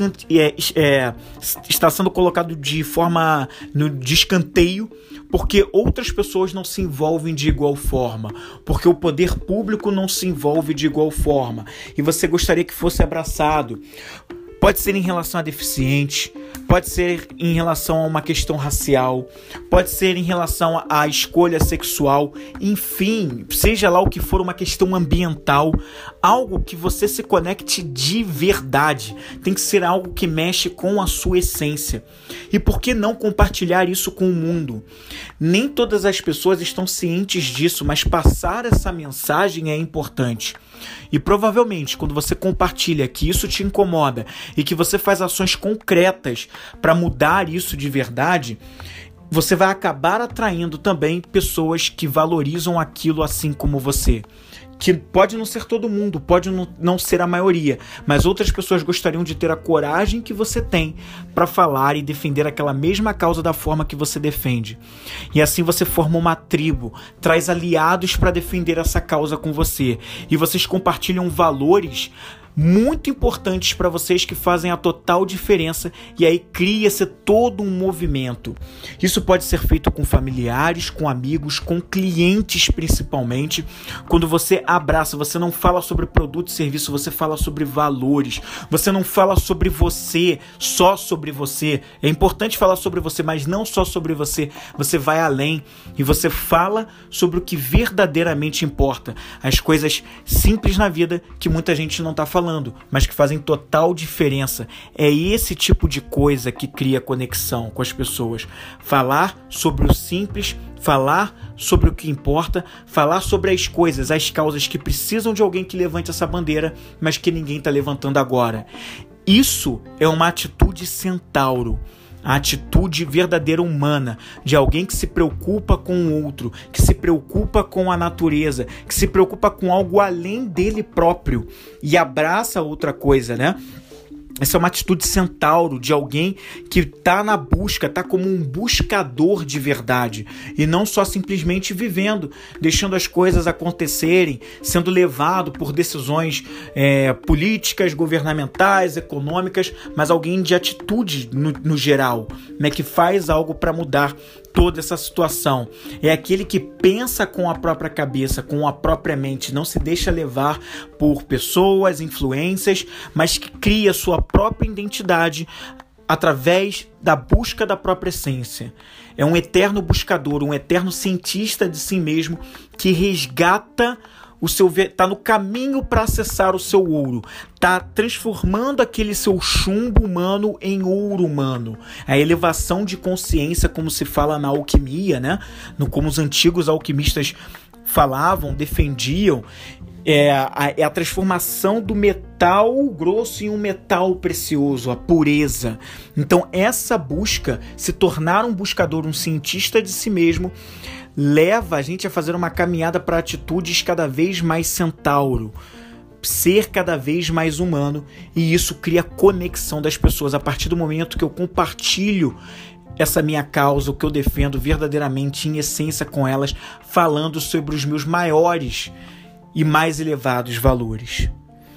sendo colocado de forma de escanteio, porque outras pessoas não se envolvem de igual forma, porque o poder público não se envolve de igual forma, e você gostaria que fosse abraçado. Pode ser em relação a deficiente, pode ser em relação a uma questão racial, pode ser em relação à escolha sexual, enfim, seja lá o que for, uma questão ambiental, algo que você se conecte de verdade. Tem que ser algo que mexe com a sua essência. E por que não compartilhar isso com o mundo? Nem todas as pessoas estão cientes disso, mas passar essa mensagem é importante. E provavelmente, quando você compartilha que isso te incomoda e que você faz ações concretas para mudar isso de verdade, você vai acabar atraindo também pessoas que valorizam aquilo assim como você. Que pode não ser todo mundo, pode não ser a maioria, mas outras pessoas gostariam de ter a coragem que você tem para falar e defender aquela mesma causa da forma que você defende. E assim você forma uma tribo, traz aliados para defender essa causa com você. E vocês compartilham valores muito importantes para vocês que fazem a total diferença, e aí cria-se todo um movimento. Isso pode ser feito com familiares, com amigos, com clientes principalmente. Quando você abraça, você não fala sobre produto e serviço, você fala sobre valores. Você não fala sobre você, só sobre você. É importante falar sobre você, mas não só sobre você. Você vai além e você fala sobre o que verdadeiramente importa. As coisas simples na vida que muita gente não está falando, mas que fazem total diferença. É esse tipo de coisa que cria conexão com as pessoas. Falar sobre o simples, falar sobre o que importa, falar sobre as coisas, as causas que precisam de alguém que levante essa bandeira, mas que ninguém está levantando agora. Isso é uma atitude centauro. A atitude verdadeira humana, de alguém que se preocupa com o outro, que se preocupa com a natureza, que se preocupa com algo além dele próprio e abraça outra coisa, né? Essa é uma atitude centauro de alguém que está na busca, está como um buscador de verdade e não só simplesmente vivendo, deixando as coisas acontecerem, sendo levado por decisões políticas, governamentais, econômicas, mas alguém de atitude no geral, né, que faz algo para mudar toda essa situação. É aquele que pensa com a própria cabeça, com a própria mente, não se deixa levar por pessoas, influências, mas que cria sua própria identidade através da busca da própria essência. É um eterno buscador, um eterno cientista de si mesmo que resgata está no caminho para acessar o seu ouro, está transformando aquele seu chumbo humano em ouro humano. A elevação de consciência, como se fala na alquimia, né? Como os antigos alquimistas falavam, defendiam, é a transformação do metal grosso em um metal precioso, a pureza. Então essa busca, se tornar um buscador, um cientista de si mesmo, leva a gente a fazer uma caminhada para atitudes cada vez mais centauro, ser cada vez mais humano, e isso cria conexão das pessoas. A partir do momento que eu compartilho essa minha causa, o que eu defendo verdadeiramente em essência com elas, falando sobre os meus maiores e mais elevados valores.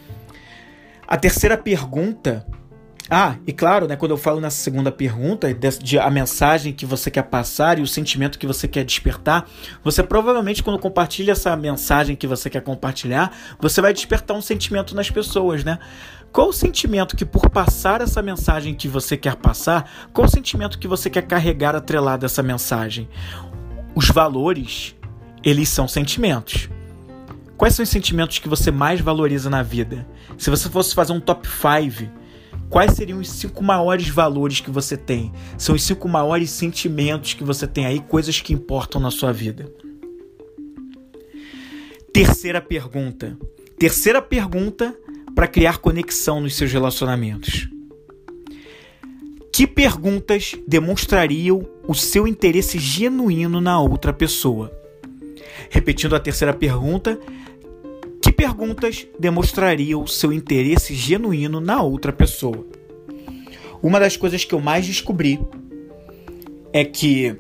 A terceira pergunta... e claro, né, quando eu falo nessa segunda pergunta, a mensagem que você quer passar e o sentimento que você quer despertar, você provavelmente, quando compartilha essa mensagem que você quer compartilhar, você vai despertar um sentimento nas pessoas, né? Qual o sentimento que, por passar essa mensagem que você quer passar, qual o sentimento que você quer carregar atrelado a essa mensagem? Os valores, eles são sentimentos. Quais são os sentimentos que você mais valoriza na vida? Se você fosse fazer um top 5, quais seriam os 5 maiores valores que você tem? São os 5 maiores sentimentos que você tem aí, coisas que importam na sua vida. Terceira pergunta para criar conexão nos seus relacionamentos. Que perguntas demonstrariam o seu interesse genuíno na outra pessoa? Repetindo a terceira pergunta, que perguntas demonstrariam o seu interesse genuíno na outra pessoa? Uma das coisas que eu mais descobri é que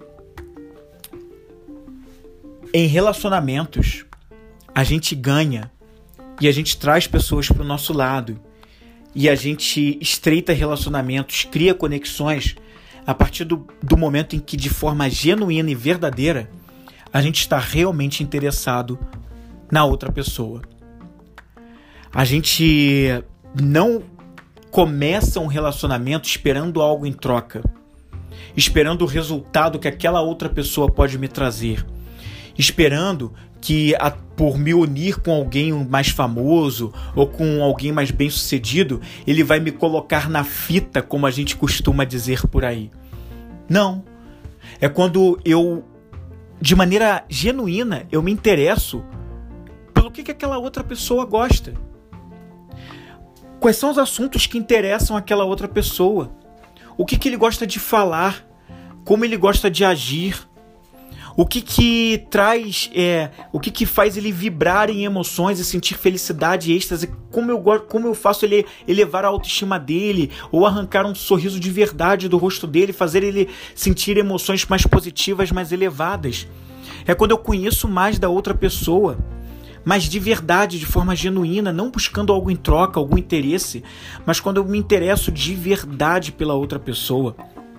em relacionamentos a gente ganha e a gente traz pessoas para o nosso lado e a gente estreita relacionamentos, cria conexões a partir do momento em que, de forma genuína e verdadeira, a gente está realmente interessado na outra pessoa. A gente não começa um relacionamento esperando algo em troca, esperando o resultado que aquela outra pessoa pode me trazer, esperando que por me unir com alguém mais famoso ou com alguém mais bem-sucedido, ele vai me colocar na fita, como a gente costuma dizer por aí. Não. É quando eu, de maneira genuína, eu me interesso pelo que aquela outra pessoa gosta. Quais são os assuntos que interessam aquela outra pessoa? O que ele gosta de falar? Como ele gosta de agir? O que traz, o que faz ele vibrar em emoções e sentir felicidade e êxtase? Como eu faço ele elevar a autoestima dele ou arrancar um sorriso de verdade do rosto dele, fazer ele sentir emoções mais positivas, mais elevadas? É quando eu conheço mais da outra pessoa. mas de verdade, de forma genuína, não buscando algo em troca, algum interesse, mas quando eu me interesso de verdade pela outra pessoa.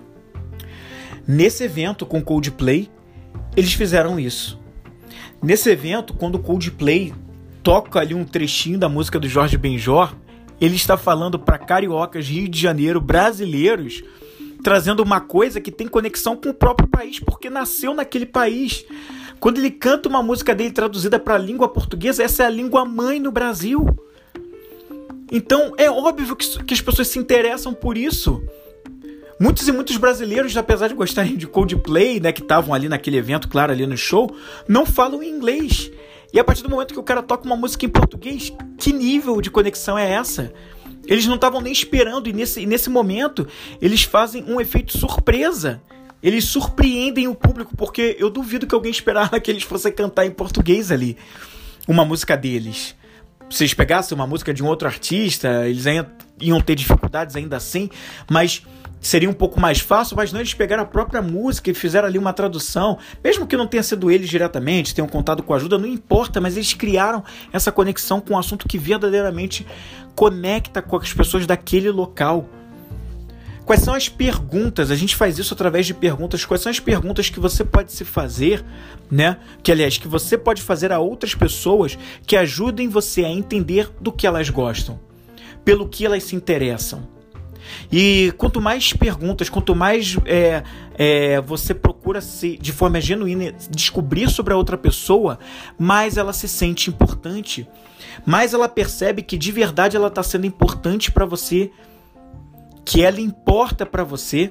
Nesse evento com Coldplay, eles fizeram isso. Nesse evento, quando o Coldplay toca ali um trechinho da música do Jorge Benjor, ele está falando para cariocas, Rio de Janeiro, brasileiros, trazendo uma coisa que tem conexão com o próprio país, porque nasceu naquele país. Quando ele canta uma música dele traduzida para a língua portuguesa, essa é a língua mãe no Brasil. Então é óbvio que as pessoas se interessam por isso. Muitos e muitos brasileiros, apesar de gostarem de Coldplay, né, que estavam ali naquele evento, claro, ali no show, não falam inglês. E a partir do momento que o cara toca uma música em português, que nível de conexão é essa? Eles não estavam nem esperando, e nesse momento eles fazem um efeito surpresa. Eles surpreendem o público, porque eu duvido que alguém esperava que eles fossem cantar em português ali uma música deles. Se eles pegassem uma música de um outro artista, eles iam ter dificuldades ainda assim, mas seria um pouco mais fácil. Mas não, eles pegaram a própria música e fizeram ali uma tradução, mesmo que não tenha sido eles diretamente, tenham contado com ajuda, não importa, mas eles criaram essa conexão com um assunto que verdadeiramente conecta com as pessoas daquele local. Quais são as perguntas? A gente faz isso através de perguntas. Quais são as perguntas que você pode se fazer, né? Que você pode fazer a outras pessoas que ajudem você a entender do que elas gostam, pelo que elas se interessam. E quanto mais perguntas, quanto mais você procura de forma genuína descobrir sobre a outra pessoa, mais ela se sente importante, mais ela percebe que de verdade ela está sendo importante para você, que ela importa para você.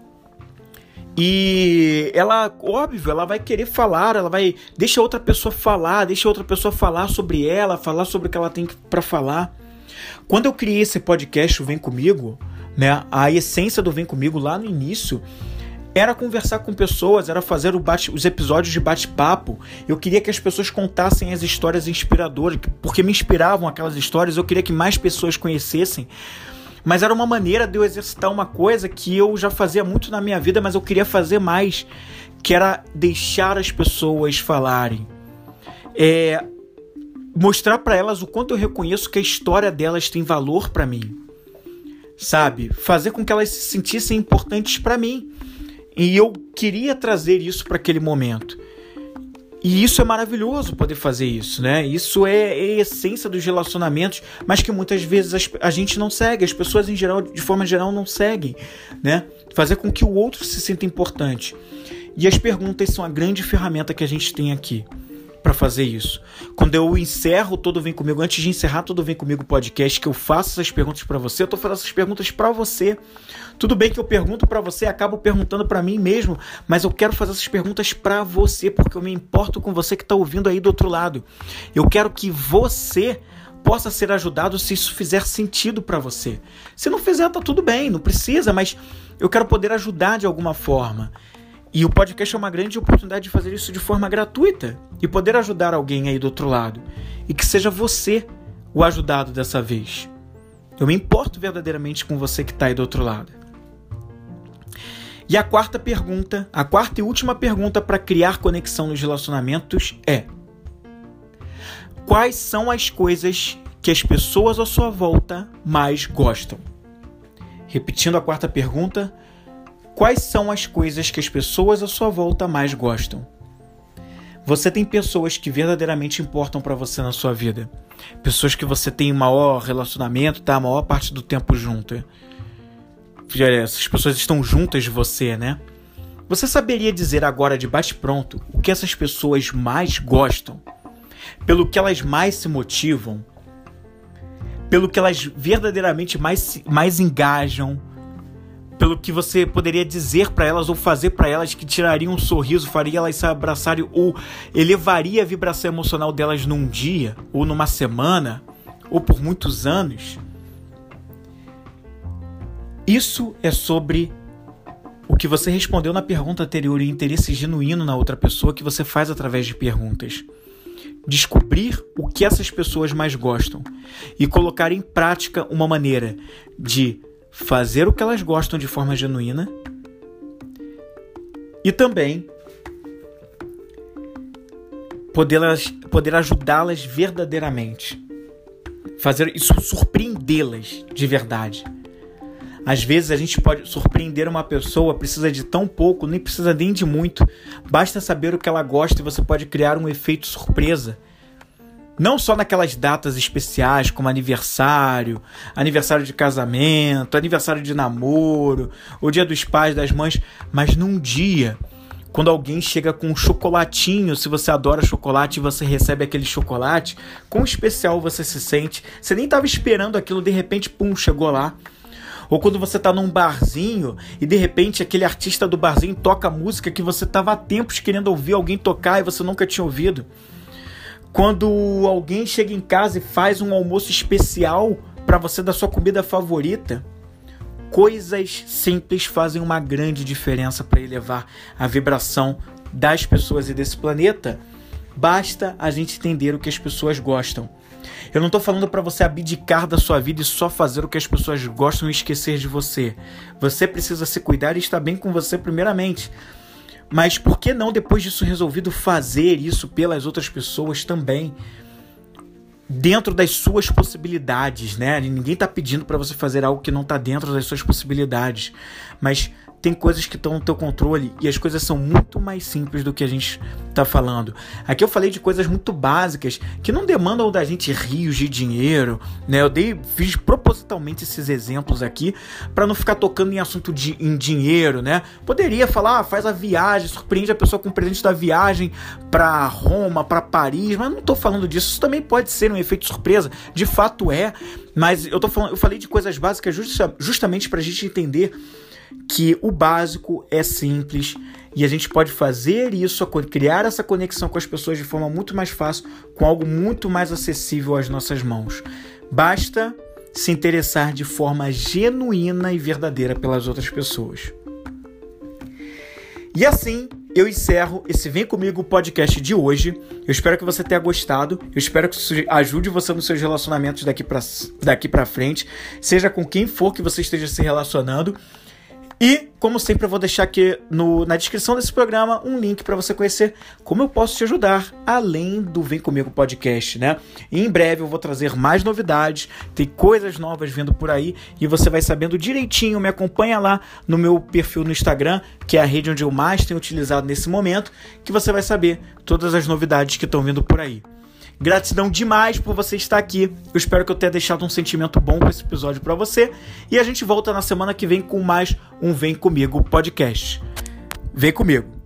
E ela, óbvio, ela vai querer falar, deixa outra pessoa falar sobre ela, falar sobre o que ela tem para falar. Quando eu criei esse podcast, o Vem Comigo, né, a essência do Vem Comigo lá no início era conversar com pessoas, era fazer os episódios de bate-papo. Eu queria que as pessoas contassem as histórias inspiradoras, porque me inspiravam aquelas histórias, eu queria que mais pessoas conhecessem. Mas era uma maneira de eu exercitar uma coisa que eu já fazia muito na minha vida, mas eu queria fazer mais, que era deixar as pessoas falarem. Mostrar para elas o quanto eu reconheço que a história delas tem valor para mim. Sabe? Fazer com que elas se sentissem importantes para mim. E eu queria trazer isso para aquele momento. E isso é maravilhoso, poder fazer isso, né? Isso é a essência dos relacionamentos, mas que muitas vezes a gente não segue, as pessoas em geral, de forma geral, não seguem, né? Fazer com que o outro se sinta importante. E as perguntas são a grande ferramenta que a gente tem aqui para fazer isso. Quando eu encerro Todo Vem Comigo, antes de encerrar Todo Vem Comigo podcast, que eu faço essas perguntas para você, eu tô fazendo essas perguntas para você. Tudo bem que eu pergunto para você, acabo perguntando para mim mesmo, mas eu quero fazer essas perguntas para você, porque eu me importo com você que tá ouvindo aí do outro lado. Eu quero que você possa ser ajudado se isso fizer sentido para você. Se não fizer, tá tudo bem, não precisa, mas eu quero poder ajudar de alguma forma. E o podcast é uma grande oportunidade de fazer isso de forma gratuita e poder ajudar alguém aí do outro lado. E que seja você o ajudado dessa vez. Eu me importo verdadeiramente com você que está aí do outro lado. E a quarta e última pergunta para criar conexão nos relacionamentos é: quais são as coisas que as pessoas à sua volta mais gostam? Repetindo a quarta pergunta: quais são as coisas que as pessoas à sua volta mais gostam? Você tem pessoas que verdadeiramente importam para você na sua vida. Pessoas que você tem o maior relacionamento, tá? A maior parte do tempo junto. Essas pessoas estão juntas de você, né? Você saberia dizer agora de bate-pronto o que essas pessoas mais gostam? Pelo que elas mais se motivam? Pelo que elas verdadeiramente mais engajam? Pelo que você poderia dizer para elas ou fazer para elas que tiraria um sorriso, faria elas se abraçarem ou elevaria a vibração emocional delas num dia, ou numa semana, ou por muitos anos? Isso é sobre o que você respondeu na pergunta anterior e o interesse genuíno na outra pessoa que você faz através de perguntas. Descobrir o que essas pessoas mais gostam e colocar em prática uma maneira de fazer o que elas gostam de forma genuína e também poder ajudá-las verdadeiramente. Fazer isso, surpreendê-las de verdade. Às vezes a gente pode surpreender uma pessoa, precisa de tão pouco, nem precisa nem de muito. Basta saber o que ela gosta e você pode criar um efeito surpresa. Não só naquelas datas especiais como aniversário, aniversário de casamento, aniversário de namoro, o dia dos pais, das mães, mas num dia, quando alguém chega com um chocolatinho, se você adora chocolate e você recebe aquele chocolate, quão especial você se sente. Você nem estava esperando aquilo, de repente, pum, chegou lá. Ou quando você está num barzinho e de repente aquele artista do barzinho toca música que você estava há tempos querendo ouvir alguém tocar e você nunca tinha ouvido. Quando alguém chega em casa e faz um almoço especial para você da sua comida favorita. Coisas simples fazem uma grande diferença para elevar a vibração das pessoas e desse planeta. Basta a gente entender o que as pessoas gostam. Eu não estou falando para você abdicar da sua vida e só fazer o que as pessoas gostam e esquecer de você. Você precisa se cuidar e estar bem com você primeiramente. Mas por que não, depois disso resolvido, fazer isso pelas outras pessoas também? Dentro das suas possibilidades, né? Ninguém está pedindo para você fazer algo que não está dentro das suas possibilidades. Mas tem coisas que estão no teu controle e as coisas são muito mais simples do que a gente está falando. Aqui eu falei de coisas muito básicas que não demandam da gente rios de dinheiro, né? Fiz propositalmente esses exemplos aqui para não ficar tocando em assunto em dinheiro, né? Poderia falar, faz a viagem, surpreende a pessoa com o presente da viagem para Roma, para Paris, mas não estou falando disso. Isso também pode ser um efeito surpresa, de fato é, mas eu falei de coisas básicas justamente para a gente entender que o básico é simples e a gente pode fazer isso, criar essa conexão com as pessoas de forma muito mais fácil, com algo muito mais acessível às nossas mãos. Basta se interessar de forma genuína e verdadeira pelas outras pessoas. E assim eu encerro esse Vem Comigo podcast de hoje. Eu espero que você tenha gostado. Eu espero que isso ajude você nos seus relacionamentos daqui pra frente, seja com quem for que você esteja se relacionando. E, como sempre, eu vou deixar aqui na descrição desse programa um link para você conhecer como eu posso te ajudar, além do Vem Comigo Podcast, né? E em breve eu vou trazer mais novidades, tem coisas novas vindo por aí e você vai sabendo direitinho. Me acompanha lá no meu perfil no Instagram, que é a rede onde eu mais tenho utilizado nesse momento, que você vai saber todas as novidades que estão vindo por aí. Gratidão demais por você estar aqui. Eu espero que eu tenha deixado um sentimento bom com esse episódio para você. E a gente volta na semana que vem com mais um Vem Comigo podcast. Vem comigo!